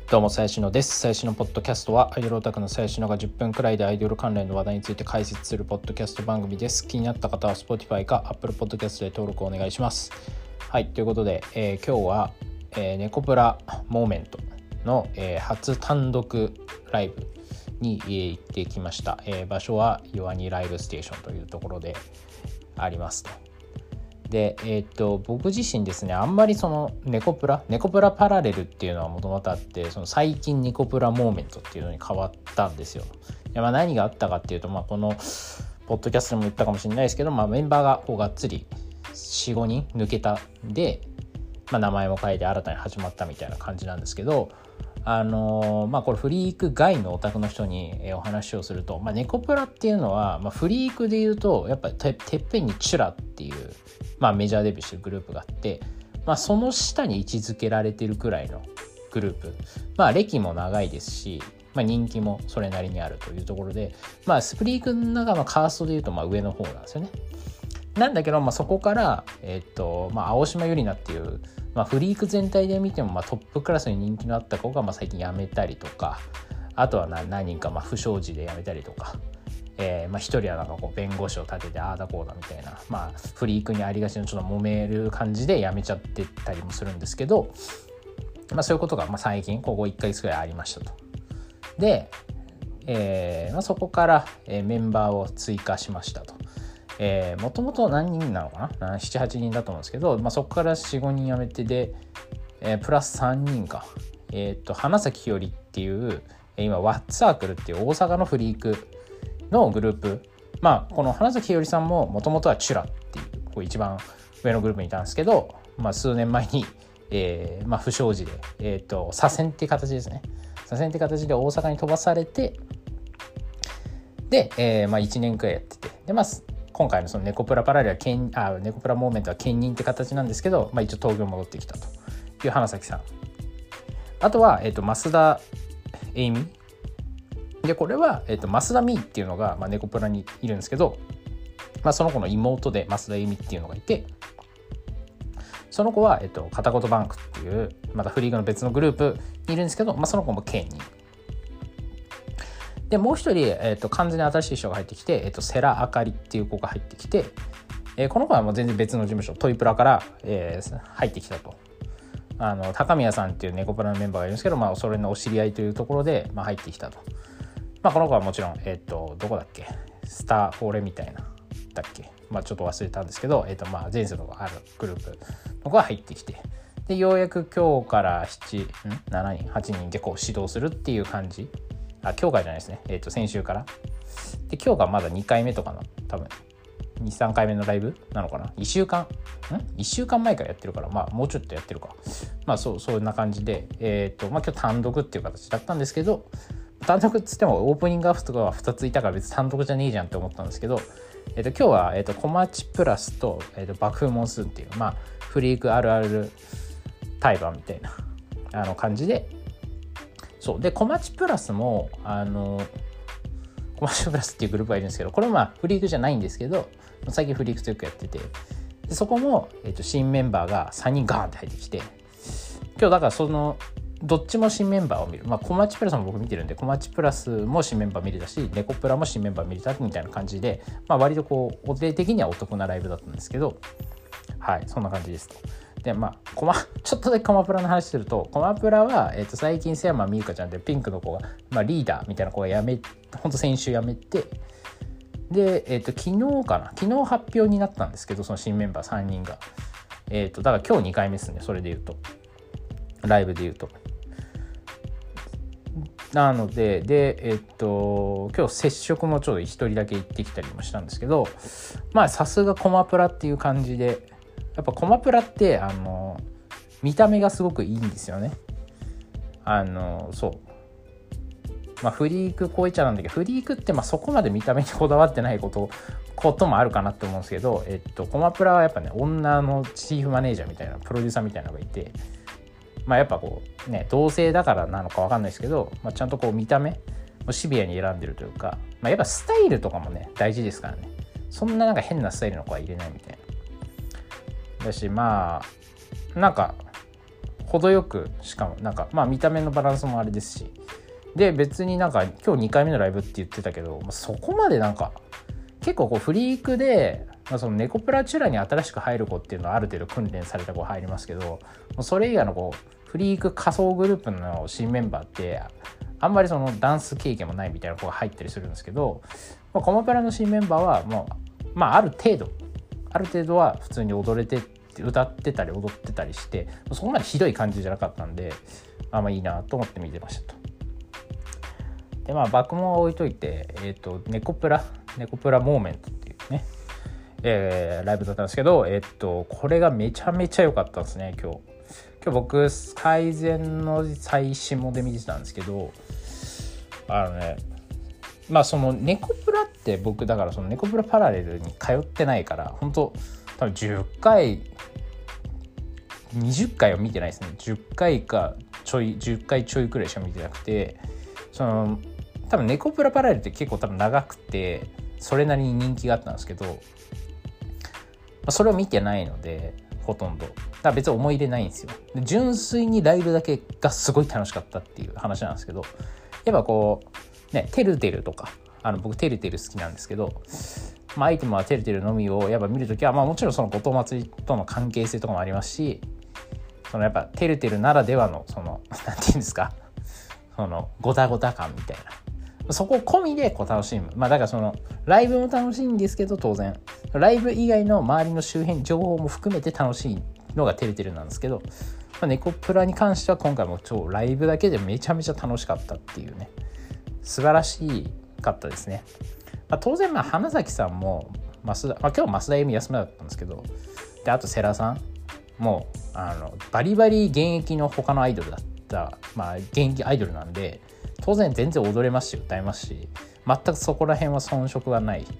どうも、最新のです。最新のポッドキャストはアイドルオタクの最新のが10分くらいでアイドル関連の話題について解説するポッドキャスト番組です。気になった方は Spotify か Apple Podcast で登録お願いします。はい、ということで、今日は、ネコプラモーメントの、初単独ライブに、行ってきました。場所はヨアニライブステーションというところでありますと。で、僕自身ですね、あんまりそのネコプラパラレルっていうのはもともとあって、その最近ネコプラモーメントっていうのに変わったんですよ。何があったかっていうと、このポッドキャストでも言ったかもしれないですけど、メンバーがこうがっつり 4,5 人抜けたんで、名前も変えて新たに始まったみたいな感じなんですけど、これフリーク外のオタクの人にお話をすると、ネコプラっていうのは、フリークで言うとやっぱりてっぺんにチュラっていう、メジャーデビューしてるグループがあって、その下に位置づけられてるくらいのグループ、歴も長いですし、人気もそれなりにあるというところで、スプリークの中のカーストでいうと上の方なんですよね。なんだけど、そこから、青島ゆりなっていう、フリーク全体で見ても、トップクラスに人気のあった子が最近辞めたりとか、あとは何人か不祥事で辞めたりとか、一人はこう弁護士を立ててああだこうだみたいな、フリークにありがちのちょっと揉める感じで辞めちゃってたりもするんですけど、そういうことが最近ここ1ヶ月くらいありましたと。で、そこから、メンバーを追加しましたと。もともと何人なのかな 7,8 人だと思うんですけど、そこから 4,5 人辞めてで、プラス3人か、花咲ひよりっていう今ワッツサークルっていう大阪のフリークのグループ、この花咲ひよりさんももともとはチュラっていうこう一番上のグループにいたんですけど、数年前に、不祥事で、左遷っていう形ですね。左遷って形で大阪に飛ばされて、で、1年くらいやってて、で今回のそのネコプラパラレルはネコプラモーメントは兼任って形なんですけど、一応東京戻ってきたという花咲さん。あとは、増田栄美で、これは、増田美っていうのが、ネコプラにいるんですけど、その子の妹で増田栄美っていうのがいて、その子は、片言バンクっていうまたフリークの別のグループにいるんですけど、その子も兼任で、もう一人、完全に新しい人が入ってきて、世良あかりっていう子が入ってきて、この子はもう全然別の事務所トイプラから、入ってきたと。高宮さんっていうネコプラのメンバーがいるんですけど、それのお知り合いというところで、入ってきたと。この子はもちろん、どこだっけ、スターフォーレみたいなだっけ、ちょっと忘れたんですけど、前世のあるグループの子が入ってきて、でようやく今日から7人8人でこう指導するっていう感じ。今日からじゃないですね、先週からで、今日がまだ2回目とかの多分 2,3 回目のライブなのかな。1週間前からやってるから、もうちょっとやってるか、そんな感じで、今日単独っていう形だったんですけど、単独っつってもオープニングアフトが2ついたから別に単独じゃねえじゃんって思ったんですけど、今日は、コマチプラスと、爆風モンスーンっていう、フリークあるある対バンみたいな感じで、そうで、コマチプラスもコマチプラスっていうグループがいるんですけど、これもフリークじゃないんですけど、最近フリークとよくやってて、でそこも、新メンバーが3人ガーンって入ってきて、今日だからそのどっちも新メンバーを見る、コマチプラスも僕見てるんで、コマチプラスも新メンバー見れたし、ネコプラも新メンバー見れたみたいな感じで、割とこうお手的にはお得なライブだったんですけど、はい、そんな感じですと。で、ちょっとだけコマプラの話すると、コマプラは、最近瀬山美優香ちゃんでピンクの子が、リーダーみたいな子がほんと先週辞めて、で、昨日発表になったんですけど、その新メンバー3人が、だから今日2回目ですね、それで言うと、ライブで言うと。なので、今日接触もちょっと1人だけ行ってきたりもしたんですけど、さすがコマプラっていう感じで、やっぱコマプラって見た目がすごくいいんですよね。フリークこういっちゃなんだけど、フリークってそこまで見た目にこだわってないこともあるかなって思うんですけど、コマプラはやっぱね、女のチーフマネージャーみたいなプロデューサーみたいなのがいて、やっぱこうね、同性だからなのか分かんないですけど、ちゃんとこう見た目をシビアに選んでるというか、やっぱスタイルとかもね大事ですからね。そんな変なスタイルの子は入れないみたいな。だし程よく、しかもなんか見た目のバランスもあれですし、で別になんか今日2回目のライブって言ってたけど、そこまでなんか結構こうフリークで、そのネコプラチュラに新しく入る子っていうのはある程度訓練された子入りますけど、それ以外のこうフリーク仮想グループの新メンバーってあんまりそのダンス経験もないみたいな子が入ったりするんですけど、コモプラの新メンバーはもうある程度は普通に踊れて歌ってたり踊ってたりして、そこまでひどい感じじゃなかったんで、いいなと思って見てましたと。でバクモンは置いといて、ネコプラモーメントっていうね、ライブだったんですけど、これがめちゃめちゃ良かったですね。今日僕改善の最新モで見てたんですけど、そのネコプラって僕だからそのネコプラパラレルに通ってないから、本当多分10回20回は見てないですね。10回かちょい10回ちょいくらいしか見てなくて、その多分ネコプラパラレルって結構多分長くてそれなりに人気があったんですけど、それを見てないのでほとんどだから別に思い入れないんですよ。純粋にライブだけがすごい楽しかったっていう話なんですけど、やっぱこうね、テルテルとか僕テルテル好きなんですけど、アイテムはテルテルのみをやっぱ見るときは、もちろんその後藤祭りとの関係性とかもありますし、そのやっぱテルテルならではのそのなんていうんですか、そのゴタゴタ感みたいな、そこ込みでこう楽しむ。だからそのライブも楽しいんですけど、当然ライブ以外の周りの周辺情報も含めて楽しいのがテルテルなんですけど、ネコプラに関しては今回もライブだけでめちゃめちゃ楽しかったっていうね、素晴らしかったですね。当然花崎さんも今日増田由美休みだったんですけど、であと世良さんもバリバリ現役の他のアイドルだった、現役アイドルなんで当然全然踊れますし歌えますし、全くそこら辺は遜色がない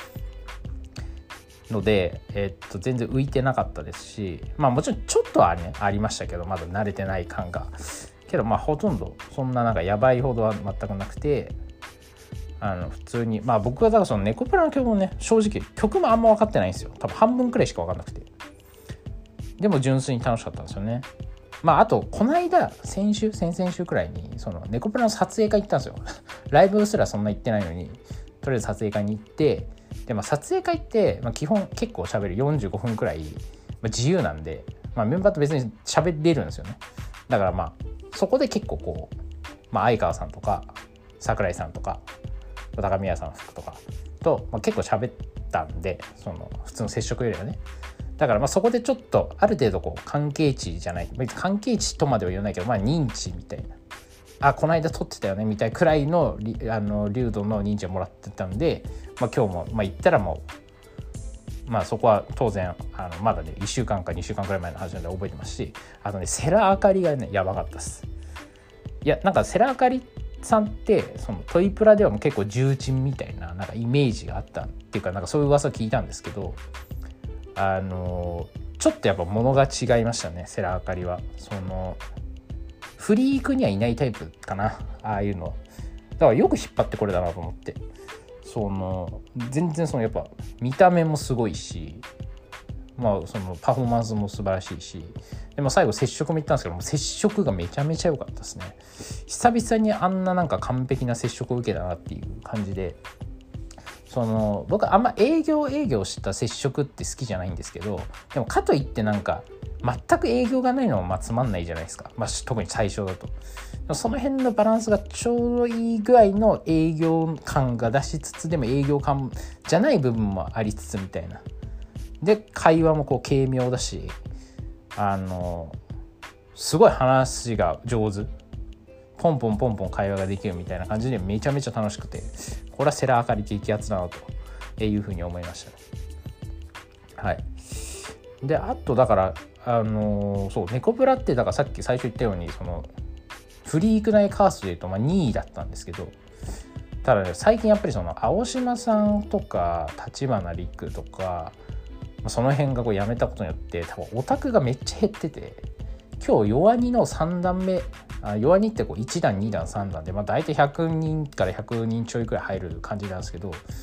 ので、全然浮いてなかったですし、もちろんちょっとはねありましたけど、まだ慣れてない感がけど、ほとんどそんななんかやばいほどは全くなくて、普通に僕はだからそのネコプラの曲もね、正直曲もあんま分かってないんですよ。多分半分くらいしか分かんなくて、でも純粋に楽しかったんですよね。あとこの間先々週くらいにそのネコプラの撮影会行ったんですよライブすらそんな行ってないのにとりあえず撮影会に行って、で撮影会って、基本結構喋る45分くらい、自由なんで、メンバーと別に喋れるんですよね。だからそこで結構こう、相川さんとか桜井さんとか高宮さんとかと、結構喋ったんで、その普通の接触よりはね。だからそこでちょっとある程度こう関係値じゃない、別に関係値とまでは言わないけど、認知みたいな、この間撮ってたよねみたいくらいの流度の認知をもらってたんで、今日も行ったらもうそこは当然まだね1週間か2週間くらい前の話なんで覚えてますし、あとね世良あかりがねやばかったです。いやなんか世良あかりさんってそのトイプラではもう結構重鎮みたいな、なんかイメージがあったっていうか、なんかそういう噂を聞いたんですけど、ちょっとやっぱ物が違いましたね。世良あかりはそのフリークにはいないタイプかな、ああいうのだからよく引っ張ってこれだなと思って、その全然そのやっぱ見た目もすごいし、そのパフォーマンスも素晴らしいし、でも最後接触も行ったんですけども、接触がめちゃめちゃ良かったですね。久々にあんななんか完璧な接触を受けたなっていう感じで、その僕あんま営業した接触って好きじゃないんですけど、でもかといってなんか全く営業がないのもつまんないじゃないですか、特に最初だと。その辺のバランスがちょうどいいぐらいの営業感が出しつつ、でも営業感じゃない部分もありつつみたいな。で会話もこう軽妙だし、すごい話が上手、ポンポン会話ができるみたいな感じでめちゃめちゃ楽しくて、これは世良あかり激アツだなというふうに思いましたね。はい。であとだからそうネコプラってだからさっき最初言ったようにそのフリーク内カーストでいうと2位だったんですけど、ただね最近やっぱりその青島さんとか立花陸とかその辺がこう辞めたことによって多分オタクがめっちゃ減ってて、今日弱2の3段目、弱2ってこう1段2段3段で大体100人から100人ちょいくらい入る感じなんですけど、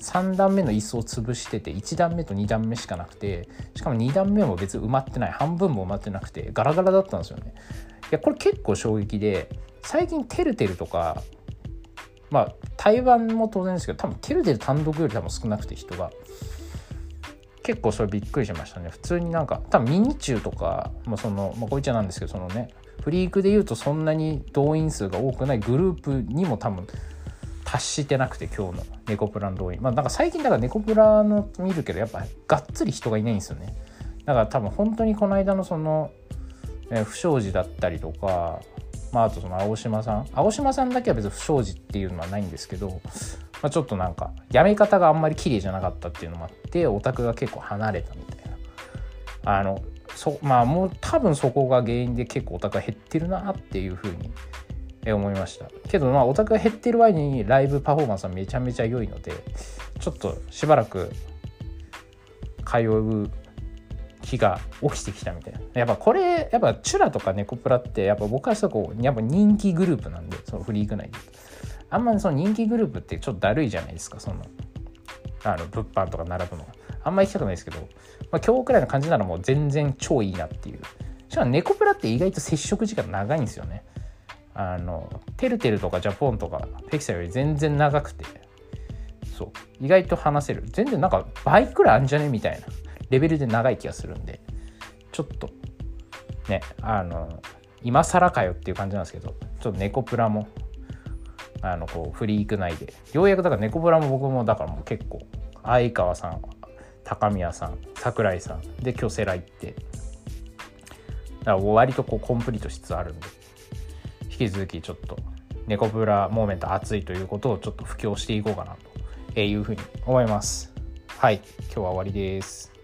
3段目の椅子を潰してて1段目と2段目しかなくて、しかも2段目も別に埋まってない、半分も埋まってなくてガラガラだったんですよね。いやこれ結構衝撃で、最近てるてるとかまあ台湾も当然ですけど、多分てるてる単独より多分少なくて人が結構それびっくりしましたね。普通になんか多分ミニチューとかこいつはなんですけど、そのねフリークでいうとそんなに動員数が多くないグループにも多分達してなくて、今日のネコプラの動員なんか最近だからネコプラの見るけどやっぱがっつり人がいないんですよね。だから多分本当にこの間のその不祥事だったりとか、あとその青島さんだけは別に不祥事っていうのはないんですけど、ちょっとなんかやめ方があんまり綺麗じゃなかったっていうのもあってオタクが結構離れたみたいな、もう多分そこが原因で結構オタクが減ってるなっていうふうに思いましたけど、オタクが減ってる割にライブパフォーマンスはめちゃめちゃ良いので、ちょっとしばらく通う日が起きてきたみたいな。やっぱこれやっぱチュラとかネコプラってやっぱ僕はやっぱ人気グループなんで、そのフリーク内であんまりその人気グループってちょっとだるいじゃないですか。その物販とか並ぶのあんまり行きたくないですけど、今日くらいの感じならもう全然超いいなっていう。しかもネコプラって意外と接触時間長いんですよね。てるてるとかジャポンとかペキサより全然長くて、そう意外と話せる、全然なんか倍くらいあんじゃねみたいなレベルで長い気がするんで、ちょっとね今更かよっていう感じなんですけど、ちょっとネコプラもこうフリーク内でようやくだからネコプラも僕もだからもう結構相川さん、高宮さん、桜井さんで今日セラ行って、だから割とこうコンプリートしつつあるんで、引き続きちょっとネコプラモーメント熱いということをちょっと布教していこうかなというふうに思います。はい、今日は終わりです。